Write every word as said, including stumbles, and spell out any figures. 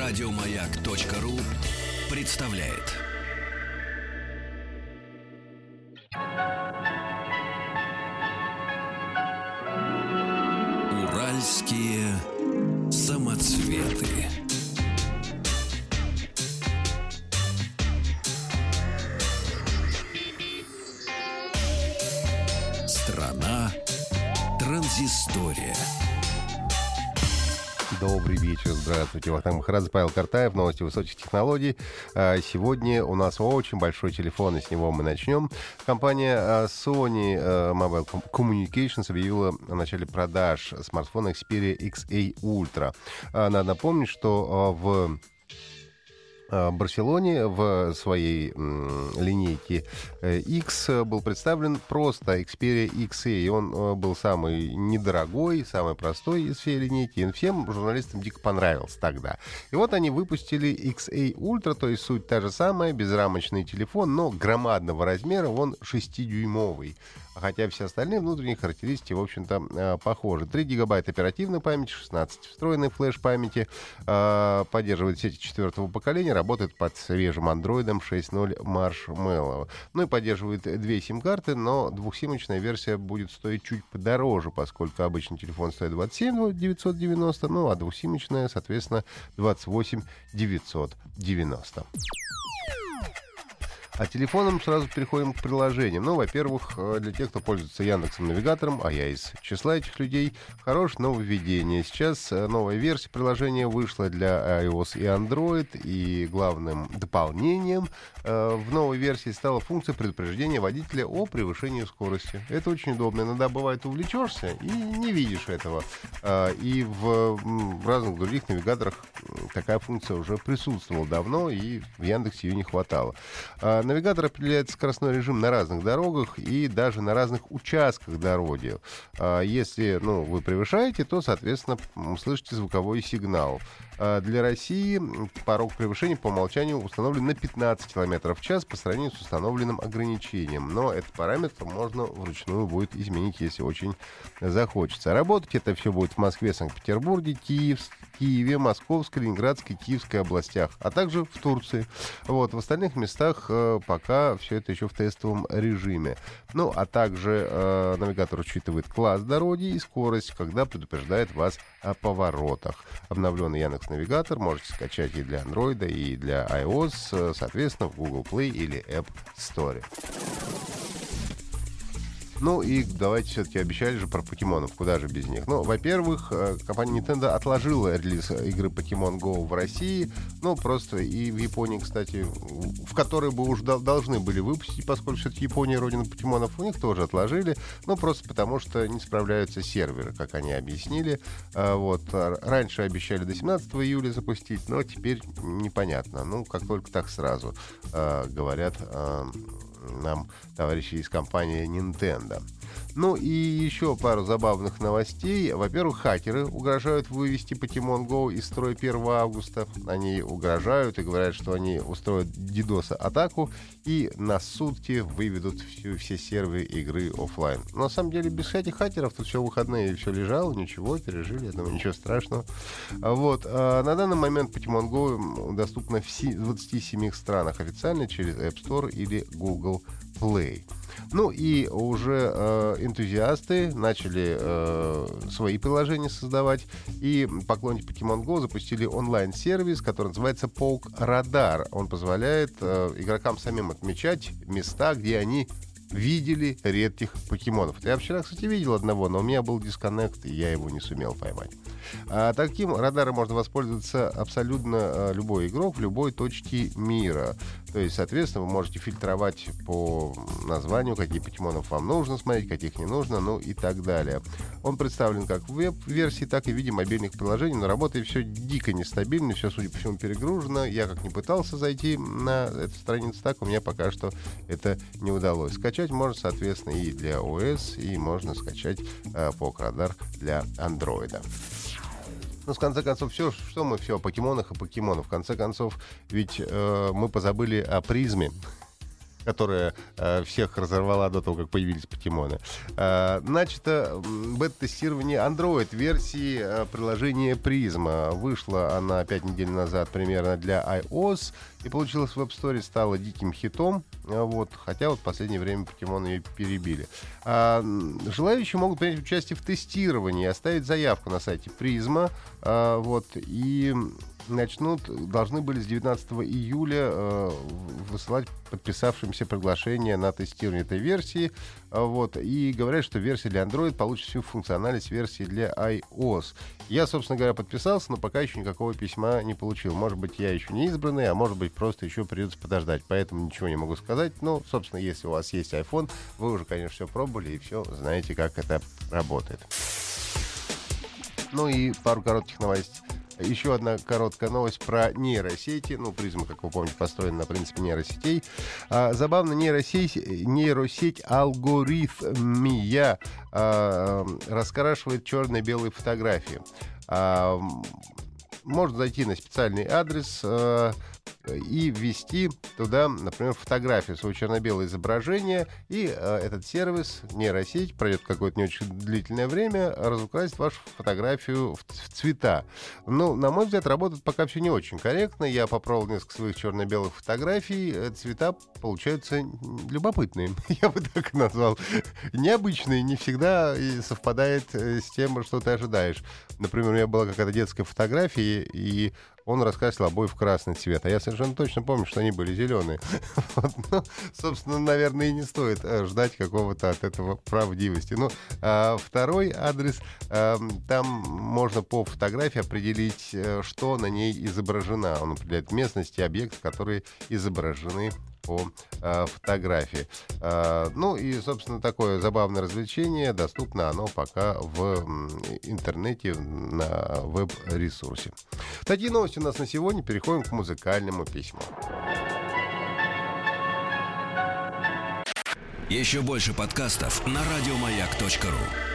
Радиомаяк.ру представляет. Уральские самоцветы. Страна транзистория. Добрый вечер, здравствуйте. Вахтанг Махарадзе, Павел Картаев, новости высоких технологий. Сегодня у нас очень большой телефон, и с него мы начнем. Компания Sony Mobile Communications объявила о начале продаж смартфона Xperia икс эй Ultra. Надо напомнить, что в В Барселоне в своей м, линейке X был представлен просто Xperia икс эй. Он э, был самый недорогой, самый простой из всей линейки. И всем журналистам дико понравился тогда. И вот они выпустили икс эй Ultra, то есть суть та же самая, безрамочный телефон, но громадного размера, он шестидюймовый. Хотя все остальные внутренние характеристики, в общем-то, э, похожи. три гигабайта оперативной памяти, шестнадцать встроенной флеш-памяти, э, поддерживает сети четвертого поколения, работает под свежим андроидом шесть ноль Marshmallow. Ну и поддерживает две сим-карты, но двухсимочная версия будет стоить чуть подороже, поскольку обычный телефон стоит двадцать семь девятьсот девяносто, ну а двухсимочная, соответственно, двадцать восемь девятьсот девяносто. А телефоном сразу переходим к приложениям. Ну, во-первых, для тех, кто пользуется Яндекс.Навигатором, а я из числа этих людей, хорошее нововведение. Сейчас новая версия приложения вышла для iOS и Android, и главным дополнением э, в новой версии стала функция предупреждения водителя о превышении скорости. Это очень удобно. Иногда бывает увлечешься и не видишь этого. Э, и в, в разных других навигаторах такая функция уже присутствовала давно, и в Яндексе ее не хватало. Навигатор определяет скоростной режим на разных дорогах и даже на разных участках дороги. Если ну, вы превышаете, то, соответственно, слышите звуковой сигнал. Для России порог превышения по умолчанию установлен на пятнадцать километров в час по сравнению с установленным ограничением. Но этот параметр можно вручную будет изменить, если очень захочется. Работать это все будет в Москве, Санкт-Петербурге, Киев, Киеве, Московской, Ленинградской, Киевской областях, а также в Турции. Вот, в остальных местах э, пока все это еще в тестовом режиме. Ну, а также э, навигатор учитывает класс дороги и скорость, когда предупреждает вас о поворотах. Обновленный Яндекс.Навигатор можете скачать и для Android, и для iOS, соответственно, в Google Play или App Store. Ну и давайте все-таки обещали же про покемонов, куда же без них. Ну, во-первых, компания Nintendo отложила релиз игры Pokemon Go в России, ну, просто и в Японии, кстати, в которой бы уже должны были выпустить, поскольку все-таки Япония родина покемонов, у них тоже отложили, ну, просто потому что не справляются серверы, как они объяснили. Вот. Раньше обещали до семнадцатого июля запустить, но теперь непонятно. Ну, как только так сразу, говорят нам товарищи из компании Nintendo. Ну и еще пару забавных новостей. Во-первых, хакеры угрожают вывести Pokemon Go из строя первого августа. Они угрожают и говорят, что они устроят дидоса-атаку и на сутки выведут всю, все серверы игры офлайн. Но на самом деле без этих хакеров тут все выходные все лежало, ничего, пережили, я думаю, ничего страшного. Вот. А на данный момент Pokemon Go доступна в двадцати семи странах официально через App Store или Google Play. Ну и уже э, энтузиасты начали э, свои приложения создавать, и поклонники Pokemon Go запустили онлайн-сервис, который называется Poke Radar. Он позволяет э, игрокам самим отмечать места, где они видели редких покемонов. Я вчера, кстати, видел одного, но у меня был дисконнект, и я его не сумел поймать. А таким радаром можно воспользоваться абсолютно а, любой игрок в любой точке мира. То есть, соответственно, вы можете фильтровать по названию, какие покемонов вам нужно смотреть, каких не нужно, ну и так далее. Он представлен как в веб-версии, так и в виде мобильных приложений, но работает все дико нестабильно, все, судя по всему, перегружено. Я как не пытался зайти на эту страницу, так у меня пока что это не удалось. Скачать можно, соответственно, и для iOS, и можно скачать э, Poke Radar для Android. Ну, в конце концов, все, что мы все о покемонах и покемонах. В конце концов, ведь э, мы позабыли о призме. которая э, всех разорвала до того, как появились покемоны. Э, начато бета-тестирование Android-версии э, приложения Prisma. Вышла она пять недель назад примерно для iOS и получилась в App Store, стала диким хитом. Вот, хотя вот в последнее время покемоны ее перебили. А, желающие могут принять участие в тестировании, оставить заявку на сайте Prisma. А, вот, и начнут, должны были с девятнадцатого июля э, высылать подписавшимся приглашение на тестирование этой версии. Вот, и говорят, что версия для Android получит всю функциональность версии для iOS. Я, собственно говоря, подписался, но пока еще никакого письма не получил. Может быть, я еще не избранный, а может быть, просто еще придется подождать. Поэтому ничего не могу сказать. Ну, собственно, если у вас есть iPhone, вы уже, конечно, все пробовали и все знаете, как это работает. Ну и пару коротких новостей. Еще одна короткая новость про нейросети. Ну, Призма, как вы помните, построена на принципе нейросетей. А, забавно, нейросеть, нейросеть алгоритмия а, раскрашивает черно-белые фотографии. А, можно зайти на специальный адрес а, и ввести туда, например, фотографию, свое черно-белое изображение, и э, этот сервис, нейросеть, пройдет какое-то не очень длительное время, разукрасит вашу фотографию в, в цвета. Ну, на мой взгляд, работает пока все не очень корректно. Я попробовал несколько своих черно-белых фотографий, э, цвета получаются любопытные. Я бы так назвал. Необычные, не всегда и совпадает э, с тем, что ты ожидаешь. Например, у меня была какая-то детская фотография, и он раскрасил обои в красный цвет. А я совершенно точно помню, что они были зеленые. Вот, ну, собственно, наверное, и не стоит э, ждать какого-то от этого правдивости. Ну, а второй адрес. Э, там можно по фотографии определить, э, что на ней изображено. Он определяет местности, объекты, которые изображены по э, фотографии. Э, ну и, собственно, такое забавное развлечение. Доступно оно пока в э, интернете на веб-ресурсе. Такие новости у нас на сегодня. Переходим к музыкальному письму. Еще больше подкастов на радиомаяк точка ру.